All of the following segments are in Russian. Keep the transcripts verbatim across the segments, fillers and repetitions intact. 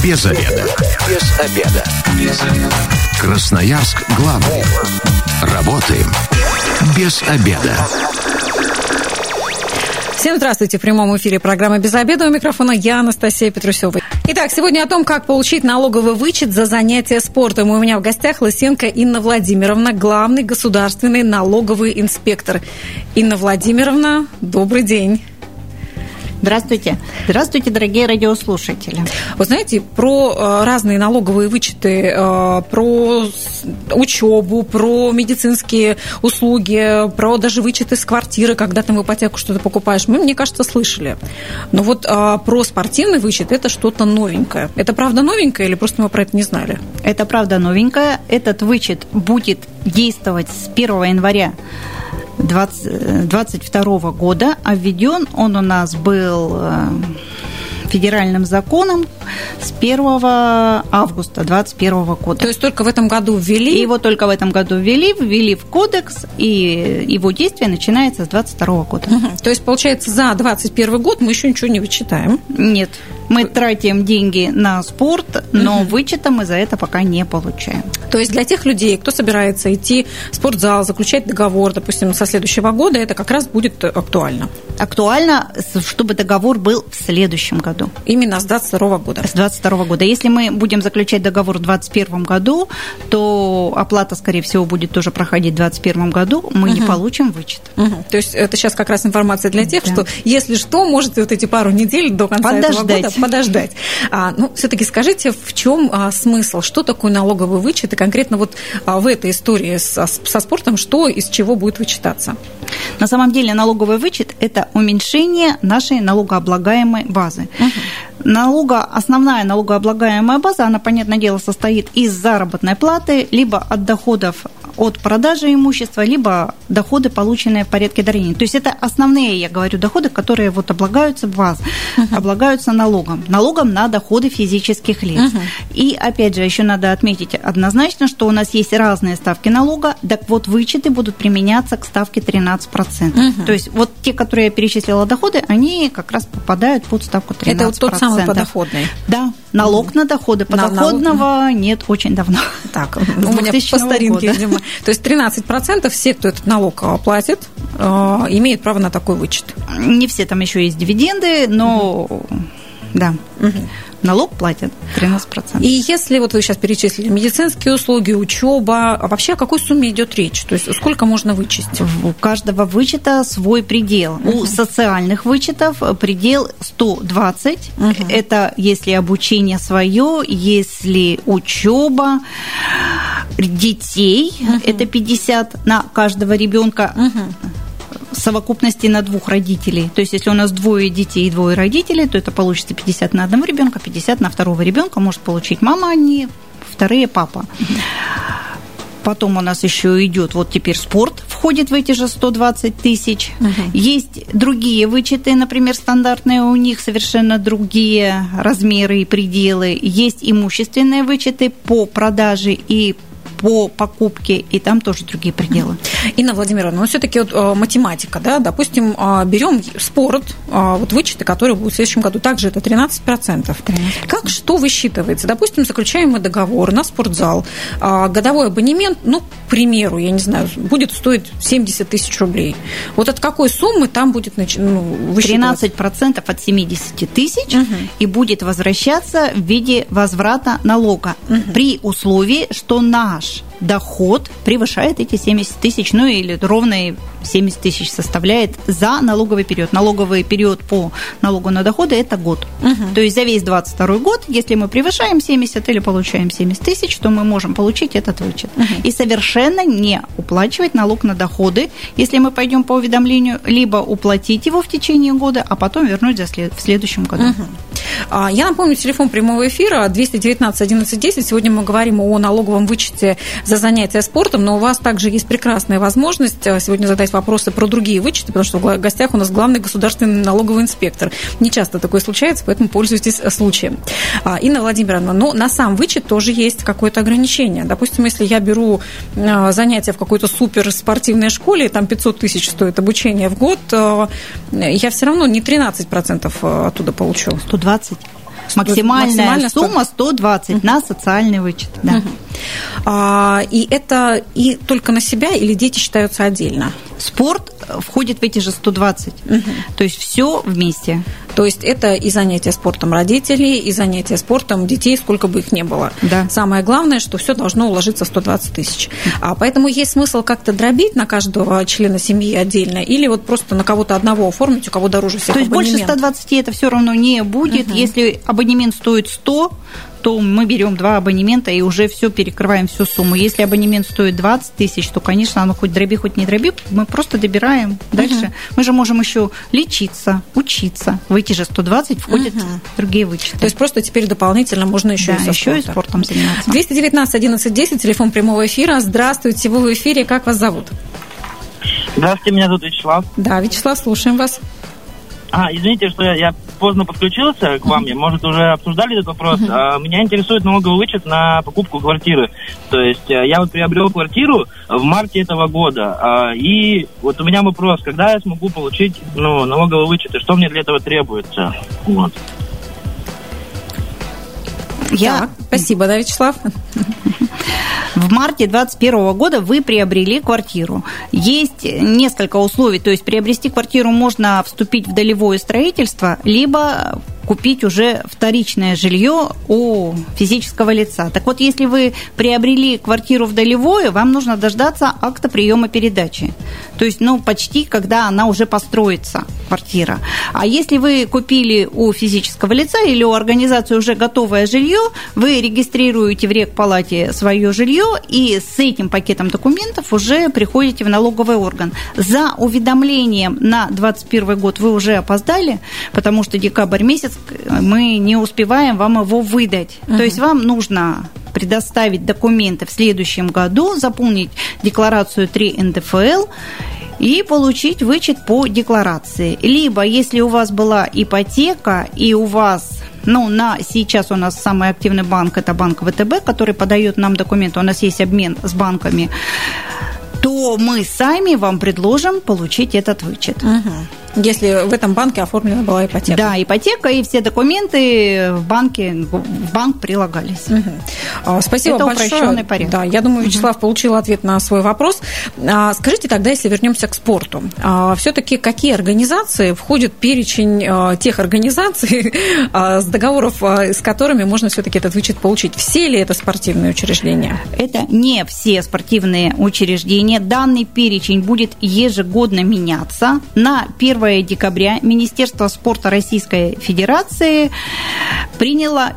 Без обеда. Без обеда. Без обеда. Красноярск главный. Работаем без обеда. Всем здравствуйте. В прямом эфире программа «Без обеда». У микрофона я, Анастасия Петрусева. Итак, сегодня о том, как получить налоговый вычет за занятия спортом. У меня в гостях Лысенко Инна Владимировна, главный государственный налоговый инспектор. Инна Владимировна, добрый день. Здравствуйте. Здравствуйте, дорогие радиослушатели. Вы знаете, про разные налоговые вычеты, про учебу, про медицинские услуги, про даже вычеты с квартиры, когда ты в ипотеку что-то покупаешь, мы, мне кажется, слышали. Но вот про спортивный вычет это что-то новенькое. Это правда новенькое или просто мы про это не знали? Это правда новенькое. Этот вычет будет действовать с первого января двадцать второго года, а введен он у нас был федеральным законом с первого августа двадцать первого года. То есть только в этом году ввели? И его только в этом году ввели, ввели в кодекс, и его действие начинается с двадцать второго года. Угу. То есть, получается, за двадцать первый год мы еще ничего не вычитаем? Нет. Мы тратим деньги на спорт, но угу. вычета мы за это пока не получаем. То есть для тех людей, кто собирается идти в спортзал, заключать договор, допустим, со следующего года, это как раз будет актуально? Актуально, чтобы договор был в следующем году. Именно с двадцать второго года? С двадцать второго года. Если мы будем заключать договор в двадцать первом году, то оплата, скорее всего, будет тоже проходить в двадцать первом году, мы угу. не получим вычет. Угу. То есть это сейчас как раз информация для тех, да. что если что, можете вот эти пару недель до конца подождать. этого года подождать. А, ну, все-таки скажите, в чем а, смысл? Что такое налоговый вычет? И конкретно вот а, в этой истории со, со спортом, что из чего будет вычитаться? На самом деле налоговый вычет – это уменьшение нашей налогооблагаемой базы. Угу. Налога, основная налогооблагаемая база, она, понятное дело, состоит из заработной платы, либо от доходов от продажи имущества, либо доходы, полученные в порядке дарения. То есть это основные, я говорю, доходы, которые вот облагаются баз, uh-huh. облагаются налогом. Налогом на доходы физических лиц. Uh-huh. И, опять же, еще надо отметить однозначно, что у нас есть разные ставки налога, так вот вычеты будут применяться к ставке тринадцать процентов. Uh-huh. То есть вот те, которые я перечислила доходы, они как раз попадают под ставку тринадцать процентов. Это вот тот самый подоходный? Да. Налог uh-huh. на доходы. Подоходного на, нет очень давно. Так, у меня по старинке, видимо. То есть тринадцать процентов все, кто этот налог платит, имеют право на такой вычет. Не все, там еще есть дивиденды, но угу. да, угу. налог платят тринадцать процентов. И если вот вы сейчас перечислили медицинские услуги, учеба, а вообще о какой сумме идет речь? То есть сколько можно вычесть? У каждого вычета свой предел. Угу. У социальных вычетов предел сто двадцать. Угу. Это если обучение свое, если учеба детей, угу. это пятьдесят на каждого ребенка. Угу. В совокупности на двух родителей. То есть, если у нас двое детей и двое родителей, то это получится пятьдесят на одного ребенка, пятьдесят на второго ребенка может получить мама, они, вторые папа. Потом у нас еще идет, вот теперь спорт входит в эти же сто двадцать тысяч. Uh-huh. Есть другие вычеты, например, стандартные, у них совершенно другие размеры и пределы. Есть имущественные вычеты по продаже и по покупке, и там тоже другие пределы. Инна Владимировна, ну все-таки вот математика, да, допустим, берем спорт, вот вычеты, которые будут в следующем году, также это тринадцать процентов. тринадцать процентов. Как, что высчитывается? Допустим, заключаем мы договор на спортзал, годовой абонемент, ну, к примеру, я не знаю, будет стоить семьдесят тысяч рублей. Вот от какой суммы там будет ну, высчитываться? тринадцать процентов от семьдесят тысяч угу. и будет возвращаться в виде возврата налога угу. при условии, что наш доход превышает эти семьдесят тысяч, ну или ровно семьдесят тысяч составляет за налоговый период. Налоговый период по налогу на доходы – это год. Угу. То есть за весь двадцать второй год, если мы превышаем семьдесят или получаем семьдесят тысяч, то мы можем получить этот вычет. Угу. И совершенно не уплачивать налог на доходы, если мы пойдем по уведомлению, либо уплатить его в течение года, а потом вернуть в следующем году. Угу. Я напомню, телефон прямого эфира двести девятнадцать одиннадцать десять. Сегодня мы говорим о налоговом вычете за занятия спортом, но у вас также есть прекрасная возможность сегодня задать вопросы про другие вычеты, потому что в гостях у нас главный государственный налоговый инспектор. Не часто такое случается, поэтому пользуйтесь случаем. Инна Владимировна, но на сам вычет тоже есть какое-то ограничение. Допустим, если я беру занятия в какой-то суперспортивной школе, там пятьсот тысяч стоит обучение в год, я все равно не тринадцать процентов оттуда получу. сто двадцать. Максимальная сумма сто двадцать угу. на социальный вычет. Да. Угу. А, и это и только на себя или дети считаются отдельно? Спорт входит в эти же сто двадцать. Угу. То есть все вместе. То есть это и занятия спортом родителей, и занятия спортом детей, сколько бы их ни было. Да. Самое главное, что все должно уложиться в сто двадцать тысяч. А поэтому есть смысл как-то дробить на каждого члена семьи отдельно, или вот просто на кого-то одного оформить, у кого дороже всех. То есть абонемент. Больше ста двадцати это все равно не будет. Угу. Если абонемент стоит сто, то мы берем два абонемента и уже все перекрываем всю сумму. Если абонемент стоит двадцать тысяч, то, конечно, оно хоть дроби, хоть не дроби, мы просто добираем дальше. Угу. Мы же можем еще лечиться, учиться. В эти же сто двадцать входят угу. другие вычеты. То есть просто теперь дополнительно можно еще, да, и, еще и спортом заниматься. двести девятнадцать одиннадцать десять, телефон прямого эфира. Здравствуйте, вы в эфире. Как вас зовут? Здравствуйте, меня зовут Вячеслав. Да, Вячеслав, слушаем вас. А, извините, что я, я поздно подключился к вам, может, уже обсуждали этот вопрос. Uh-huh. А, меня интересует налоговый вычет на покупку квартиры. То есть я вот приобрел квартиру в марте этого года, а, и вот у меня вопрос, когда я смогу получить ну, налоговый вычет, и что мне для этого требуется? Вот. Я... Так, спасибо, да, Вячеслав? В марте двадцать первого года вы приобрели квартиру. Есть несколько условий. То есть приобрести квартиру можно вступить в долевое строительство, либо купить уже вторичное жилье у физического лица. Так вот, если вы приобрели квартиру в долевое, вам нужно дождаться акта приема передачи. То есть, ну, почти, когда она уже построится, квартира. А если вы купили у физического лица или у организации уже готовое жилье, вы регистрируете в регпалате свое жилье и с этим пакетом документов уже приходите в налоговый орган. За уведомлением на двадцать первый год вы уже опоздали, потому что декабрь месяц мы не успеваем вам его выдать. Uh-huh. То есть вам нужно предоставить документы в следующем году, заполнить декларацию три эн дэ эф эл и получить вычет по декларации. Либо, если у вас была ипотека и у вас... Ну, на, сейчас у нас самый активный банк – это банк вэ тэ бэ, который подает нам документы. У нас есть обмен с банками. То мы сами вам предложим получить этот вычет. Угу. Если в этом банке оформлена была ипотека. Да, ипотека и все документы в банке, в банк прилагались. Угу. Спасибо Это большое. упрощенный порядок. Да, я думаю, Вячеслав угу. получил ответ на свой вопрос. Скажите тогда, если вернемся к спорту, все-таки какие организации входят в перечень тех организаций, с договоров с которыми можно все-таки этот вычет получить? Все ли это спортивные учреждения? Это не все спортивные учреждения. Данный перечень будет ежегодно меняться. На первое декабря Министерство спорта Российской Федерации приняло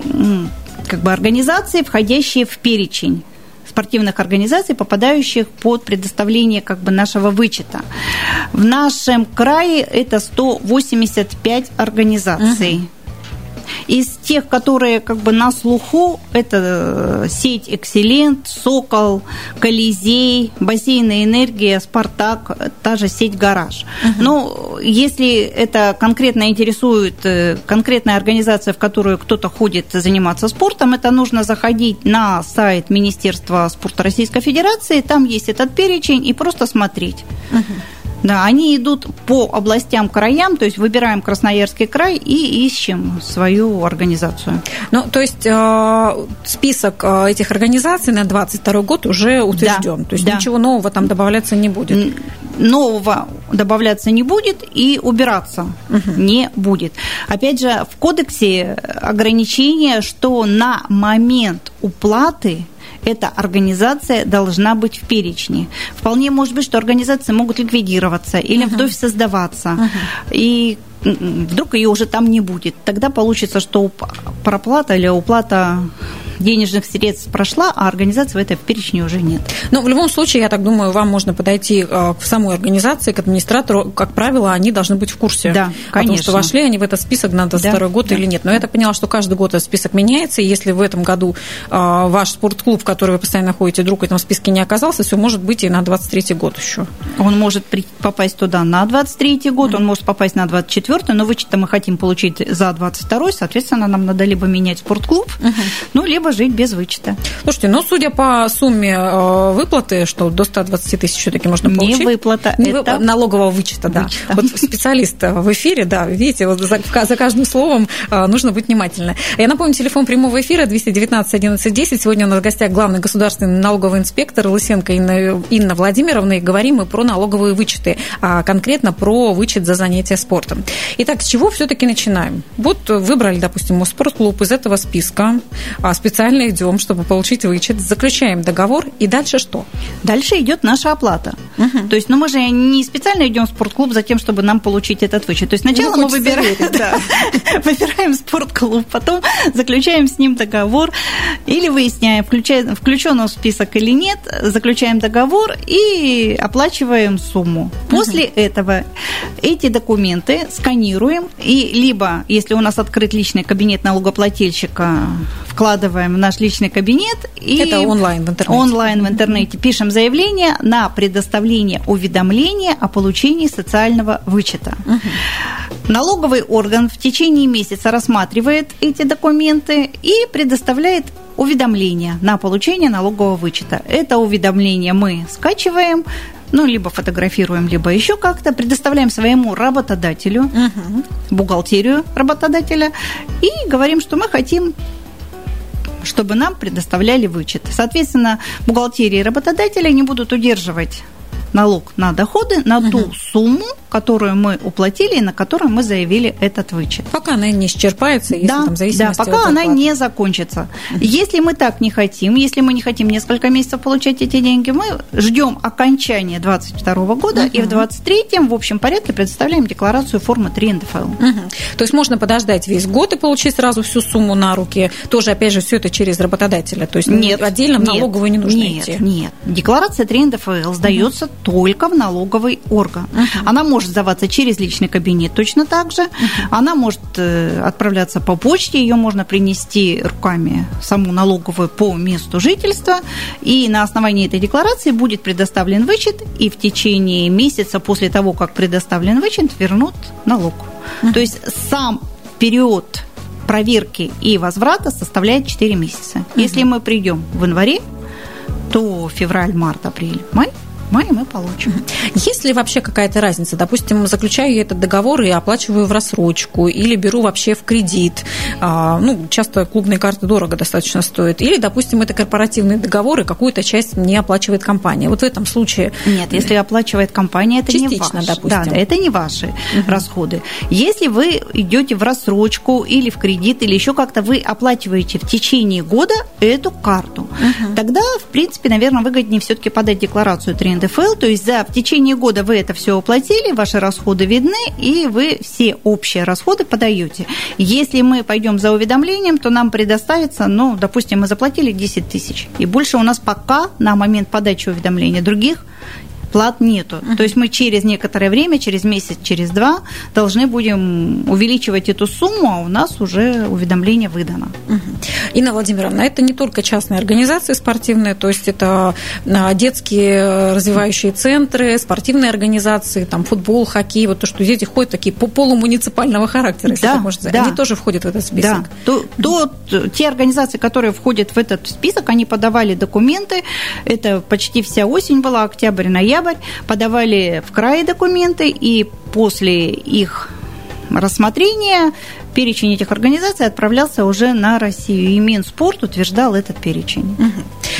как бы организации, входящие в перечень спортивных организаций, попадающих под предоставление как бы нашего вычета. В нашем крае это сто восемьдесят пять организаций. Угу. Из тех, которые как бы на слуху, это сеть «Экселент», «Сокол», «Колизей», бассейны «Энергия», «Спартак», та же сеть «Гараж». Uh-huh. Но если это конкретно интересует конкретная организация, в которую кто-то ходит заниматься спортом, это нужно заходить на сайт Министерства спорта Российской Федерации, там есть этот перечень, и просто смотреть. Uh-huh. Да, они идут по областям, краям, то есть выбираем Красноярский край и ищем свою организацию. Ну, то есть э, список этих организаций на двадцать второй год уже утвержден, да, то есть да. Ничего нового там добавляться не будет. Нового добавляться не будет и убираться угу. не будет. Опять же, в кодексе ограничение, что на момент уплаты эта организация должна быть в перечне. Вполне может быть, что организации могут ликвидироваться или uh-huh. вновь создаваться. Uh-huh. И вдруг ее уже там не будет. Тогда получится, что проплата или уплата денежных средств прошла, а организации в этой перечне уже нет. Но в любом случае, я так думаю, вам можно подойти к самой организации, к администратору. Как правило, они должны быть в курсе. Да, конечно. Потому что вошли они в этот список на двадцать второй да, год да. или нет. Но я так поняла, что каждый год этот список меняется, и если в этом году ваш спортклуб, в который вы постоянно ходите, вдруг в этом списке не оказался, все может быть и на двадцать третий год еще. Он может попасть туда на двадцать третий год, mm-hmm. он может попасть на двадцать четвёртый, но вычет мы хотим получить за двадцать второй, соответственно, нам надо либо менять спортклуб, mm-hmm. ну, либо готовы жить без вычета. Слушайте, ну, судя по сумме э, выплаты, что до ста двадцати тысяч все-таки можно получить. Не выплата, не это... Вы... налогового вычета, да. Вычета. Вот специалист в эфире, да, видите, вот за, за каждым словом э, нужно быть внимательным. Я напомню, телефон прямого эфира двести девятнадцать одиннадцать десять. Сегодня у нас в гостях главный государственный налоговый инспектор Лысенко Инна, Инна Владимировна, и говорим мы про налоговые вычеты, а конкретно про вычет за занятия спортом. Итак, с чего все-таки начинаем? Вот выбрали, допустим, спортклуб из этого списка, специально идем, чтобы получить вычет, заключаем договор, и дальше что? Дальше идет наша оплата. Угу. То есть, ну, мы же не специально идем в спортклуб за тем, чтобы нам получить этот вычет. То есть сначала мы выбираем, да, выбираем спортклуб, потом заключаем с ним договор или выясняем, включен он в список или нет, заключаем договор и оплачиваем сумму. После угу. этого эти документы сканируем и либо, если у нас открыт личный кабинет налогоплательщика, вкладываем в наш личный кабинет и это онлайн в интернете. Онлайн в интернете пишем заявление на предоставление уведомления о получении социального вычета. Угу. Налоговый орган в течение месяца рассматривает эти документы и предоставляет уведомление на получение налогового вычета. Это уведомление мы скачиваем, ну, либо фотографируем, либо еще как-то, предоставляем своему работодателю, угу. бухгалтерию работодателя, и говорим, что мы хотим, чтобы нам предоставляли вычет. Соответственно, бухгалтерия и работодатели не будут удерживать налог на доходы на угу. ту сумму, которую мы уплатили и на которую мы заявили этот вычет. Пока она не исчерпается, если да, там зависимости да, пока от она зарплаты. Не закончится. Угу. Если мы так не хотим, если мы не хотим несколько месяцев получать эти деньги, мы ждем окончания двадцать второго года угу. и в двадцать третьем в общем порядке предоставляем декларацию формы три эн дэ эф эл. Угу. То есть можно подождать весь год и получить сразу всю сумму на руки. Тоже, опять же, все это через работодателя. То есть нет, отдельно в налоговую не нужно нет, идти. Нет, декларация три эн дэ эф эл сдается угу. только в налоговый орган. Uh-huh. Она может сдаваться через личный кабинет точно так же. Uh-huh. Она может э, отправляться по почте, ее можно принести руками саму налоговую по месту жительства, и на основании этой декларации будет предоставлен вычет, и в течение месяца после того, как предоставлен вычет, вернут налог. Uh-huh. То есть сам период проверки и возврата составляет четыре месяца. Uh-huh. Если мы придем в январе, то февраль, март, апрель, май, май мы получим. Есть ли вообще какая-то разница? Допустим, заключаю я этот договор и оплачиваю в рассрочку, или беру вообще в кредит. Ну, часто клубные карты дорого достаточно стоят. Или, допустим, это корпоративный договор, и какую-то часть не оплачивает компания. Вот в этом случае... Нет, если оплачивает компания, это частично, не ваши. Допустим. Да, да, это не ваши угу. расходы. Если вы идете в рассрочку или в кредит, или еще как-то вы оплачиваете в течение года эту карту, угу. тогда, в принципе, наверное, выгоднее все-таки подать декларацию три эн дэ эф эл, то есть за в течение года вы это все оплатили, ваши расходы видны, и вы все общие расходы подаете. Если мы пойдем за уведомлением, то нам предоставится, ну, допустим, мы заплатили десять тысяч, и больше у нас пока на момент подачи уведомления других плат нету. Uh-huh. То есть мы через некоторое время, через месяц, через два должны будем увеличивать эту сумму, а у нас уже уведомление выдано. Uh-huh. Инна Владимировна, это не только частные организации спортивные, то есть это детские развивающие центры, спортивные организации, там футбол, хоккей, вот то, что дети ходят такие по полумуниципального характера, если да, так можно сказать, да. они тоже входят в этот список. Да. То, то, те организации, которые входят в этот список, они подавали документы, это почти вся осень была, октябрь, ноябрь, подавали в крае документы, и после их рассмотрения перечень этих организаций отправлялся уже на Россию, и Минспорт утверждал этот перечень. Угу.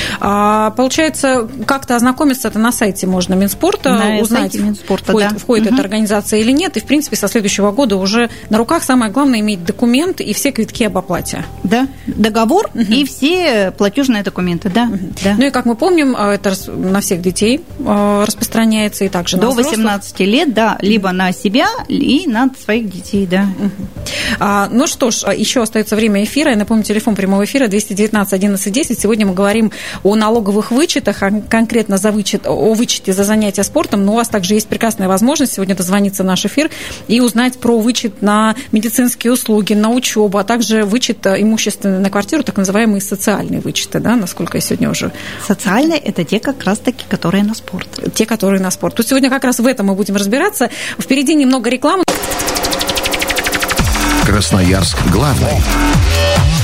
А, получается, как-то ознакомиться это на сайте можно Минспорта, на узнать, сайте Минспорта, входит, да. входит угу. эта организация или нет, и, в принципе, со следующего года уже на руках самое главное иметь документ и все квитки об оплате. Да, договор угу. и все платежные документы, да. Угу. да. Ну и, как мы помним, это на всех детей распространяется и также на до взрослых. восемнадцати лет, да, либо на себя и на своих детей, да. Угу. А, ну что ж, еще остается время эфира. Я напомню, телефон прямого эфира двести девятнадцать одиннадцать десять. Сегодня мы говорим о налоговых вычетах, а конкретно за вычет, о вычете за занятия спортом. Но у вас также есть прекрасная возможность сегодня дозвониться в наш эфир и узнать про вычет на медицинские услуги, на учебу, а также вычет имущественный на квартиру, так называемые социальные вычеты, да, насколько я сегодня уже... Социальные – это те как раз-таки, которые на спорт. Те, которые на спорт. То сегодня как раз в этом мы будем разбираться. Впереди немного рекламы. Красноярск главный.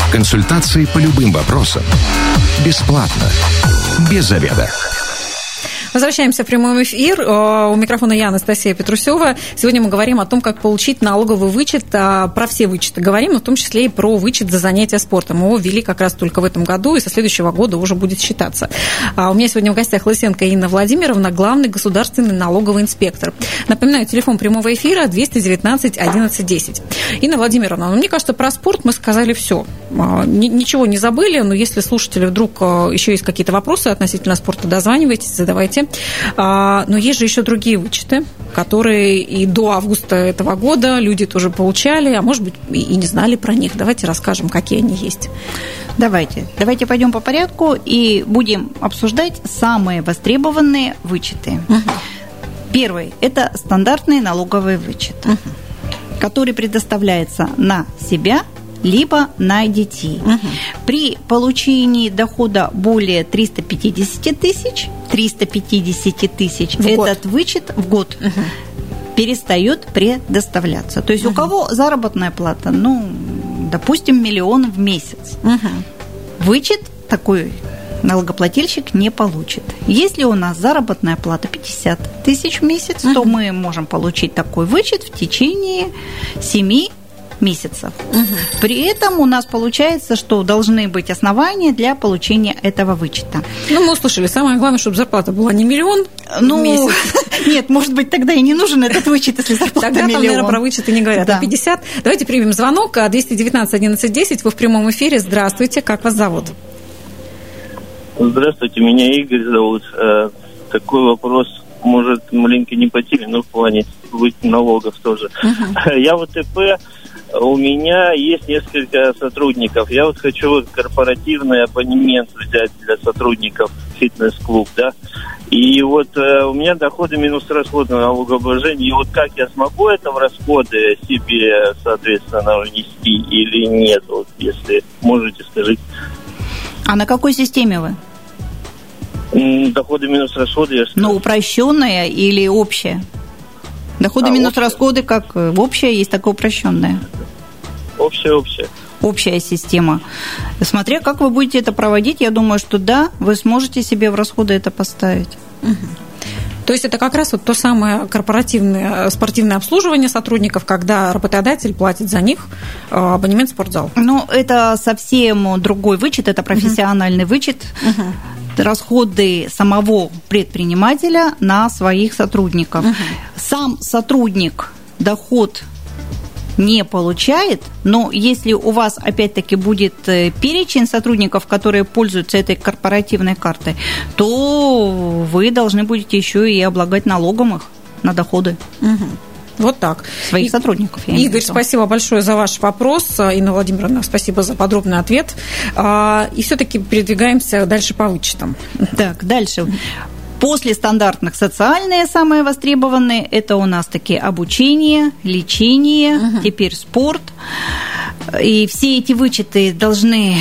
Консультации по любым вопросам. Бесплатно. Без заведа. Возвращаемся в прямой эфир. У микрофона я, Анастасия Петрусева. Сегодня мы говорим о том, как получить налоговый вычет. Про все вычеты говорим, но в том числе и про вычет за занятия спортом. Его ввели как раз только в этом году, и со следующего года уже будет считаться. У меня сегодня в гостях Лысенко Инна Владимировна, главный государственный налоговый инспектор. Напоминаю, телефон прямого эфира двести девятнадцать одиннадцать десять. Инна Владимировна, ну, мне кажется, про спорт мы сказали все. Ничего не забыли, но если слушатели вдруг еще есть какие-то вопросы относительно спорта, дозванивайтесь, задавайте. Но есть же еще другие вычеты, которые и до августа этого года люди тоже получали, а может быть и не знали про них. Давайте расскажем, какие они есть. Давайте. Давайте пойдем по порядку и будем обсуждать самые востребованные вычеты. Угу. Первый – это стандартный налоговый вычет, угу. который предоставляется на себя либо на детей. Угу. При получении дохода более триста пятьдесят тысяч, триста пятьдесят тысяч, в этот год. Вычет в год угу. перестает предоставляться. То есть угу. у кого заработная плата, ну, допустим, миллион в месяц, угу. вычет такой налогоплательщик не получит. Если у нас заработная плата пятьдесят тысяч в месяц, угу. то мы можем получить такой вычет в течение семи месяцев. Угу. При этом у нас получается, что должны быть основания для получения этого вычета. Ну, мы услышали, самое главное, чтобы зарплата была не миллион ну, в месяц. Нет, может быть, тогда и не нужен этот вычет, если зарплата тогда миллион. Тогда там, наверное, про вычеты не говорят. Да. А пятьдесят. Давайте примем звонок. двести девятнадцать одиннадцать десять. Вы в прямом эфире. Здравствуйте. Как вас зовут? Здравствуйте. Меня Игорь зовут. Такой вопрос, может, маленько не по теме, но в плане налогов тоже. Uh-huh. Я в ИТП. У меня есть несколько сотрудников. Я вот хочу вот корпоративный абонемент взять для сотрудников фитнес-клуб, да. И вот э, у меня доходы минус расходы на налогообложение. И вот как я смогу это в расходы себе, соответственно, внести или нет? Вот если можете, скажите. А на какой системе вы? Доходы минус расходы, я скажу. Ну, упрощенная или общая? Доходы а, минус общая. Расходы как общая, есть такое упрощенное. Общая, общая. Общая система. Смотря как вы будете это проводить, я думаю, что да, вы сможете себе в расходы это поставить. Угу. То есть это как раз вот то самое корпоративное спортивное обслуживание сотрудников, когда работодатель платит за них абонемент в спортзал. Ну, это совсем другой вычет, это профессиональный угу. вычет. Угу. Расходы самого предпринимателя на своих сотрудников. Угу. Сам сотрудник доход не получает, но если у вас опять-таки будет перечень сотрудников, которые пользуются этой корпоративной картой, то вы должны будете еще и облагать налогом их на доходы. Угу. Вот так. Своих и, сотрудников. Я Игорь, спасибо большое за ваш вопрос. Инна Владимировна, спасибо за подробный ответ. И все-таки передвигаемся дальше по вычетам. Так, дальше. После стандартных социальные самые востребованные – это у нас такие обучение, лечение, угу. теперь спорт. И все эти вычеты должны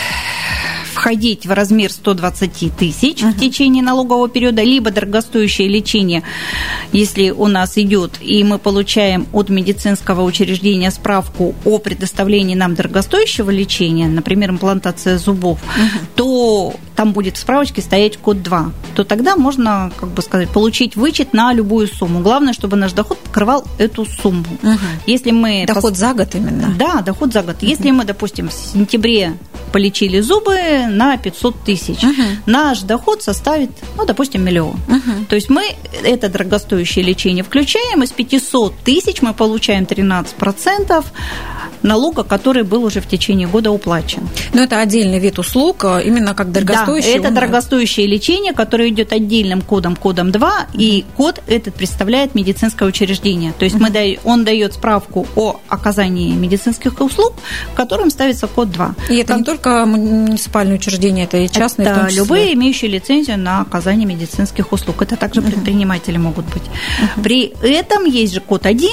входить в размер сто двадцать тысяч uh-huh. в течение налогового периода, либо дорогостоящее лечение, если у нас идет, и мы получаем от медицинского учреждения справку о предоставлении нам дорогостоящего лечения, например, имплантация зубов, uh-huh. то там будет в справочке стоять код два, то тогда можно, как бы сказать, получить вычет на любую сумму. Главное, чтобы наш доход покрывал эту сумму. Uh-huh. Если мы доход пос... за год именно? Да, доход за год. Uh-huh. Если мы, допустим, в сентябре полечили зубы на пятьсот тысяч, uh-huh. наш доход составит, ну, допустим, миллион. Uh-huh. То есть мы это дорогостоящее лечение включаем, из пятисот тысяч мы получаем тринадцать процентов налога, который был уже в течение года уплачен. Но это отдельный вид услуг, именно как дорогостоящее. Да, это дорогостоящее лечение, которое идет отдельным кодом, кодом два, и код этот представляет медицинское учреждение. То есть мы даем, он дает справку о оказании медицинских услуг, в котором ставится код два. И это как... не только муниципальные учреждения, это и частные, это в том числе. Любые имеющие лицензию на оказание медицинских услуг. Это также uh-huh. предприниматели могут быть. Uh-huh. При этом есть же код один.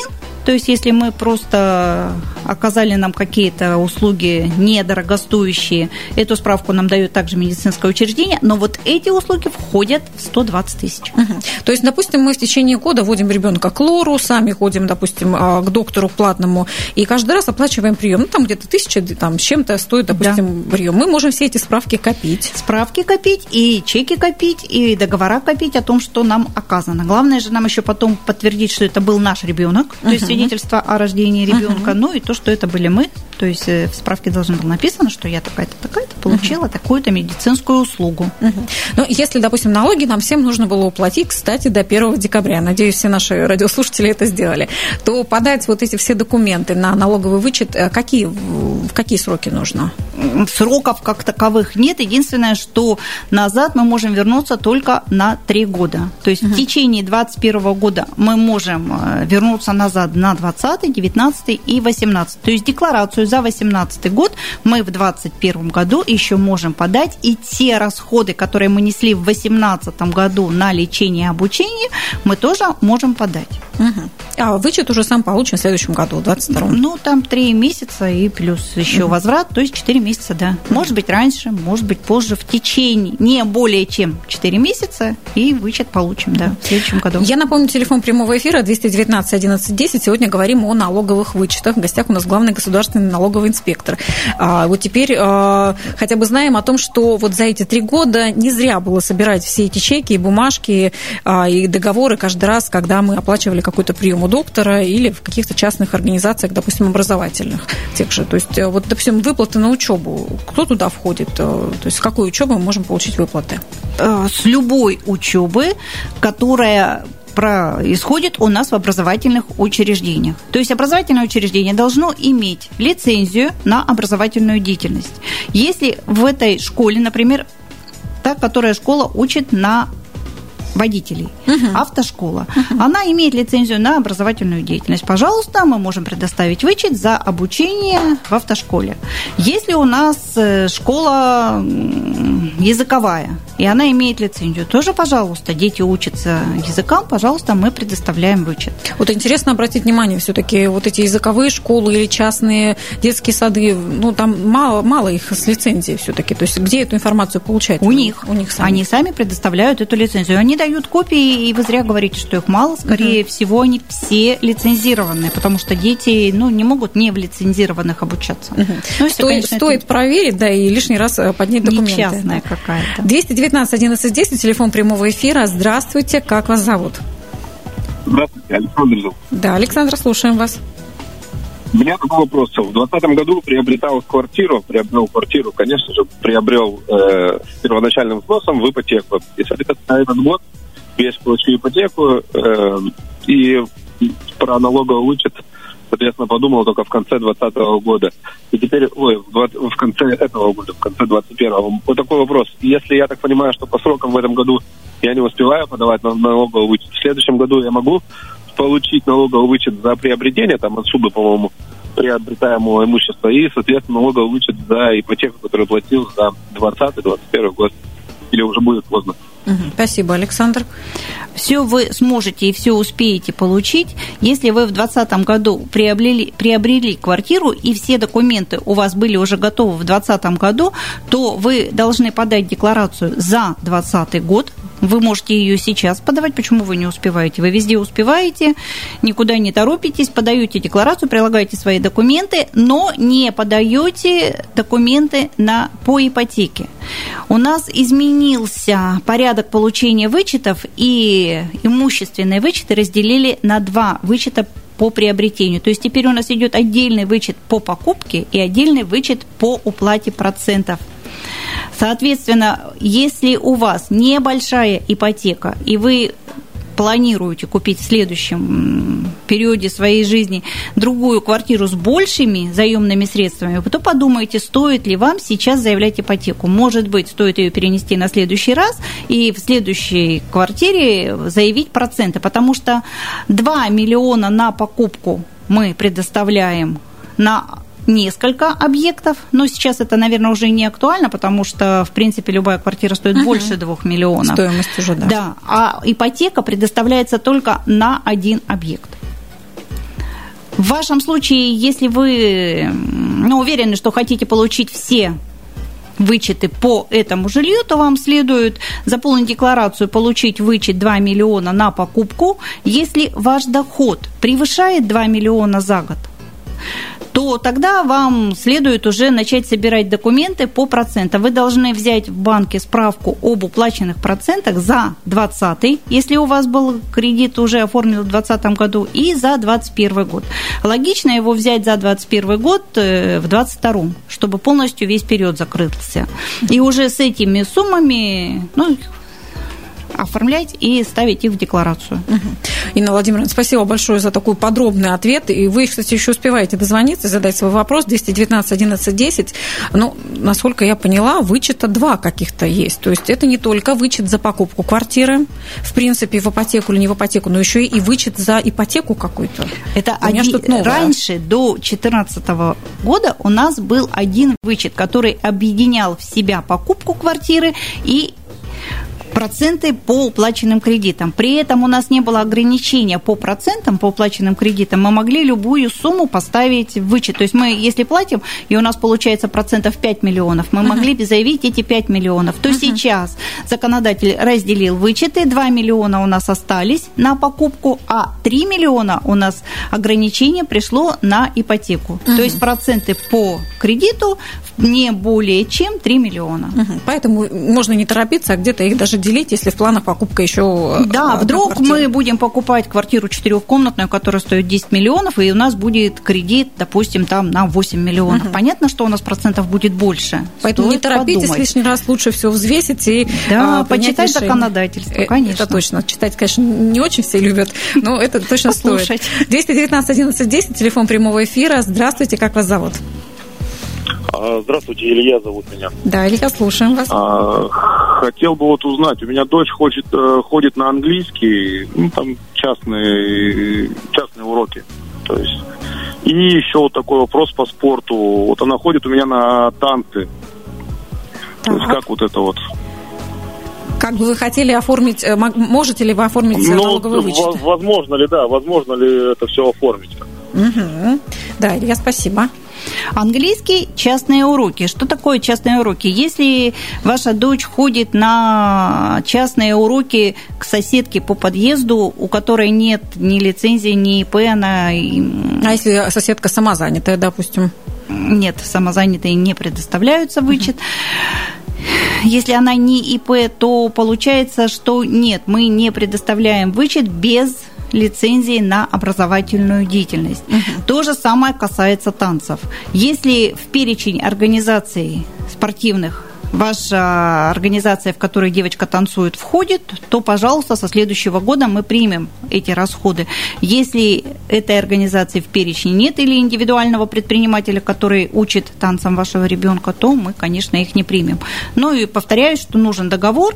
То есть, если мы просто оказали нам какие-то услуги недорогостоящие, эту справку нам дает также медицинское учреждение, но вот эти услуги входят в сто двадцать тысяч. Угу. То есть, допустим, мы в течение года вводим ребенка к лору, сами ходим, допустим, к доктору платному, и каждый раз оплачиваем прием. Ну, там где-то тысяча, там, с чем-то стоит, допустим, да. прием. Мы можем все эти справки копить. Справки копить, и чеки копить, и договора копить о том, что нам оказано. Главное же нам еще потом подтвердить, что это был наш ребенок, то uh-huh. есть свидетельство о рождении ребенка, uh-huh. ну и то, что это были мы. То есть в справке должно было написано, что я такая-то, такая-то получила uh-huh. такую-то медицинскую услугу. Uh-huh. Ну, если, допустим, налоги нам всем нужно было уплатить, кстати, до первого декабря, надеюсь, все наши радиослушатели это сделали, то подать вот эти все документы на налоговый вычет, какие, в какие сроки нужно? Сроков как таковых нет. Единственное, что назад мы можем вернуться только на три года. То есть uh-huh. в течение двадцать первого года мы можем вернуться назад на двадцатый, девятнадцатый и восемнадцатый. То есть декларацию за восемнадцатый год мы в двадцать первом году еще можем подать, и те расходы, которые мы несли в восемнадцатом году на лечение и обучение, мы тоже можем подать. Uh-huh. А вычет уже сам получен в следующем году, в двадцать втором? Ну, там три месяца и плюс еще uh-huh. возврат, то есть четыре месяца, да. Uh-huh. Может быть, раньше, может быть, позже, в течение не более чем четыре месяца, и вычет получим, да, в следующем году. Я напомню, телефон прямого эфира двести девятнадцать одиннадцать десять. Сегодня говорим о налоговых вычетах. В гостях у нас главный государственный налоговый инспектор. А, вот теперь а, хотя бы знаем о том, что вот за эти три года не зря было собирать все эти чеки и бумажки, а, и договоры каждый раз, когда мы оплачивали какой-то прием у доктора или в каких-то частных организациях, допустим, образовательных тех же. То есть, вот, допустим, выплаты на учебу. Кто туда входит? То есть, с какой учебы мы можем получить выплаты? С любой учебы, которая происходит у нас в образовательных учреждениях. То есть образовательное учреждение должно иметь лицензию на образовательную деятельность. Если в этой школе, например, та, которая школа учит на водителей, uh-huh. автошкола, uh-huh. она имеет лицензию на образовательную деятельность. Пожалуйста, мы можем предоставить вычет за обучение в автошколе. Если у нас школа языковая, и она имеет лицензию, тоже, пожалуйста, дети учатся языкам, пожалуйста, мы предоставляем вычет. Вот интересно обратить внимание, все-таки вот эти языковые школы или частные детские сады, ну, там мало, мало их с лицензией все-таки. То есть где эту информацию получают? У них. У них сами. Они сами предоставляют эту лицензию. Они дают копии, и вы зря говорите, что их мало. Скорее uh-huh. всего, они все лицензированные, потому что дети, ну, не могут не в лицензированных обучаться. Uh-huh. Ну, если, стоит конечно, стоит это... проверить, да, и лишний раз поднять документы. Нечастная какая-то. двести девятнадцать одиннадцать десять, телефон прямого эфира. Здравствуйте, как вас зовут? Здравствуйте, Александр зовут. Да, Александр, слушаем вас. У меня такой вопрос. В двадцатом году приобретал квартиру, приобрел квартиру, конечно же, приобрел э, с первоначальным взносом в ипотеку. И, соответственно, этот год весь плачу ипотеку, э, и про налоговый вычет, соответственно, подумал только в конце двадцатого года. И теперь, ой, в, в конце этого года, в конце двадцать первого. Вот такой вопрос. Если я так понимаю, что по срокам в этом году я не успеваю подавать на налоговый вычет, в следующем году я могу получить налоговый вычет за приобретение, там отсюда, по-моему, приобретаемого имущества, и, соответственно, налоговый вычет за ипотеку, которую платил за двадцатый двадцать первый год. Или уже будет поздно? Спасибо, Александр. Все вы сможете и все успеете получить, если вы в двадцатом году приобрели, приобрели квартиру, и все документы у вас были уже готовы в двадцатом году, то вы должны подать декларацию за двадцатый год. Вы можете ее сейчас подавать. Почему вы не успеваете? Вы везде успеваете, никуда не торопитесь, подаете декларацию, прилагаете свои документы, но не подаете документы на, по ипотеке. У нас изменился порядок получения вычетов, и имущественные вычеты разделили на два вычета по приобретению. То есть теперь у нас идет отдельный вычет по покупке и отдельный вычет по уплате процентов. Соответственно, если у вас небольшая ипотека, и вы планируете купить в следующем периоде своей жизни другую квартиру с большими заемными средствами, то подумайте, стоит ли вам сейчас заявлять ипотеку. Может быть, стоит ее перенести на следующий раз и в следующей квартире заявить проценты, потому что два миллиона на покупку мы предоставляем на несколько объектов, но сейчас это, наверное, уже не актуально, потому что, в принципе, любая квартира стоит uh-huh. больше двух миллионов. Стоимость уже, да. Да, а ипотека предоставляется только на один объект. В вашем случае, если вы ну, уверены, что хотите получить все вычеты по этому жилью, то вам следует заполнить декларацию, получить вычет два миллиона на покупку. Если ваш доход превышает два миллиона за год, то тогда вам следует уже начать собирать документы по процентам. Вы должны взять в банке справку об уплаченных процентах за двадцатый, если у вас был кредит уже оформлен в двадцатом году, и за двадцать первый год. Логично его взять за двадцать первый год в двадцать втором, чтобы полностью весь период закрылся. И уже с этими суммами, ну, оформлять и ставить их в декларацию. Угу. Инна Владимировна, спасибо большое за такой подробный ответ. И вы, кстати, еще успеваете дозвониться, задать свой вопрос. двести девятнадцать одиннадцать десять. Ну, насколько я поняла, вычета два каких-то есть. То есть это не только вычет за покупку квартиры, в принципе, в ипотеку или не в ипотеку, но еще и вычет за ипотеку какую-то. Это один... Раньше, до две тысячи четырнадцатого года, у нас был один вычет, который объединял в себя покупку квартиры и проценты по уплаченным кредитам. При этом у нас не было ограничения по процентам, по уплаченным кредитам. Мы могли любую сумму поставить в вычет. То есть мы, если платим, и у нас получается процентов пять миллионов, мы uh-huh. могли бы заявить эти пять миллионов. То uh-huh. сейчас законодатель разделил вычеты, два миллиона у нас остались на покупку, а три миллиона у нас ограничение пришло на ипотеку. Uh-huh. То есть проценты по кредиту не более чем три миллиона. Uh-huh. Поэтому можно не торопиться, а где-то их даже делить, если в планах покупка еще... Да, вдруг квартиры. Мы будем покупать квартиру четырехкомнатную, которая стоит десять миллионов, и у нас будет кредит, допустим, там на восемь миллионов. Угу. Понятно, что у нас процентов будет больше. Поэтому Стоит не торопитесь, подумать. Лишний раз лучше все взвесить и да, а, почитать решение. Законодательство, конечно. Это точно. Читать, конечно, не очень все любят, но это точно стоит. двести девятнадцать одиннадцать десять, телефон прямого эфира. Здравствуйте, как вас зовут? Здравствуйте, Илья зовут меня. Да, Илья, слушаем вас. А, хотел бы вот узнать, у меня дочь хочет, ходит на английский, ну, там частные, частные уроки, то есть. И еще вот такой вопрос по спорту. Вот она ходит у меня на танцы. Так. То есть как вот это вот... Как бы вы хотели оформить, можете ли вы оформить ну, налоговый вычет? Возможно ли, да, возможно ли это все оформить? Угу. Да, Илья, спасибо. Английский – частные уроки. Что такое частные уроки? Если ваша дочь ходит на частные уроки к соседке по подъезду, у которой нет ни лицензии, ни ИП, она... А если соседка самозанятая, допустим? Нет, самозанятые не предоставляются вычет. Если она не ИП, то получается, что нет, мы не предоставляем вычет без лицензии на образовательную деятельность. Uh-huh. То же самое касается танцев. Если в перечень организаций спортивных ваша организация, в которой девочка танцует, входит, то, пожалуйста, со следующего года мы примем эти расходы. Если этой организации в перечне нет или индивидуального предпринимателя, который учит танцам вашего ребенка, то мы, конечно, их не примем. Ну и повторяю, что нужен договор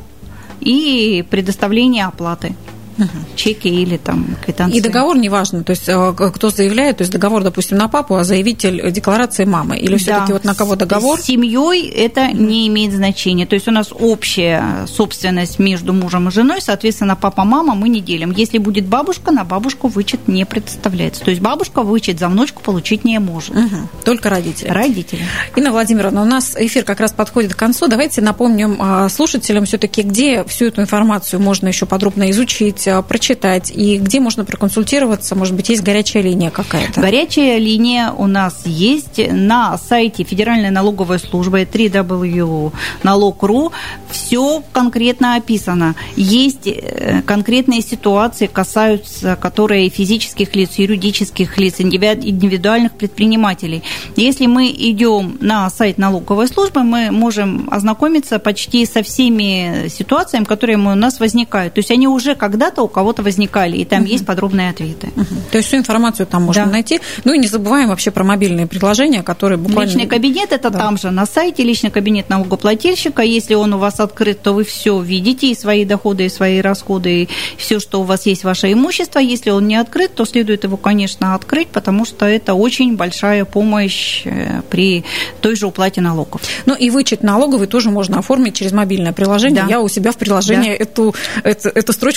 и предоставление оплаты. Угу. Чеки или там квитанции. И договор неважно, то есть кто заявляет, то есть договор, допустим, на папу, а заявитель декларации мамы, или все-таки да. вот на кого договор? С семьей это угу. не имеет значения, то есть у нас общая собственность между мужем и женой, соответственно, папа-мама мы не делим. Если будет бабушка, на бабушку вычет не предоставляется, то есть бабушка вычет за внучку получить не может. Угу. Только родители. Родители. Инна Владимировна, у нас эфир как раз подходит к концу, давайте напомним слушателям все-таки, где всю эту информацию можно еще подробно изучить, прочитать, и где можно проконсультироваться, может быть, есть горячая линия какая-то? Горячая линия у нас есть на сайте Федеральной налоговой службы дабл ю дабл ю дабл ю точка налог точка ру. Все конкретно описано. Есть конкретные ситуации, касаются, которые физических лиц, юридических лиц, индивидуальных предпринимателей. Если мы идем на сайт налоговой службы, мы можем ознакомиться почти со всеми ситуациями, которые у нас возникают. То есть они уже когда-то у кого-то возникали, и там uh-huh. есть подробные ответы. Uh-huh. То есть всю информацию там можно да. найти. Ну и не забываем вообще про мобильные приложения, которые буквально... Личный кабинет – это да. там же на сайте, личный кабинет налогоплательщика. Если он у вас открыт, то вы все видите, и свои доходы, и свои расходы, и все, что у вас есть, ваше имущество. Если он не открыт, то следует его, конечно, открыть, потому что это очень большая помощь при той же уплате налогов. Ну и вычет налоговый тоже можно оформить через мобильное приложение. Да. Я у себя в приложении да. эту, эту, эту строчку нашла.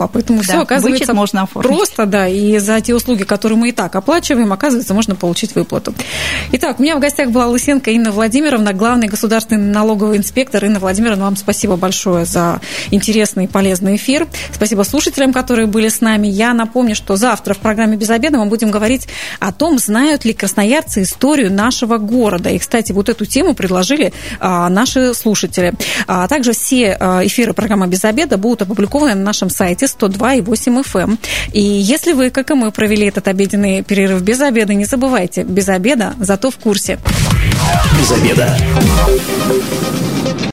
Поэтому да, все оказывается можно просто, да, и за те услуги, которые мы и так оплачиваем, оказывается, можно получить выплату. Итак, у меня в гостях была Лысенко Инна Владимировна, главный государственный налоговый инспектор. Инна Владимировна, вам спасибо большое за интересный и полезный эфир. Спасибо слушателям, которые были с нами. Я напомню, что завтра в программе «Без обеда» мы будем говорить о том, знают ли красноярцы историю нашего города. И, кстати, вот эту тему предложили а, наши слушатели. А также все а, эфиры программы «Без обеда» будут опубликованы на нашем сайте сто два и восемь эф эм. И если вы, как и мы, провели этот обеденный перерыв без обеда, не забывайте, без обеда, зато в курсе. Без обеда.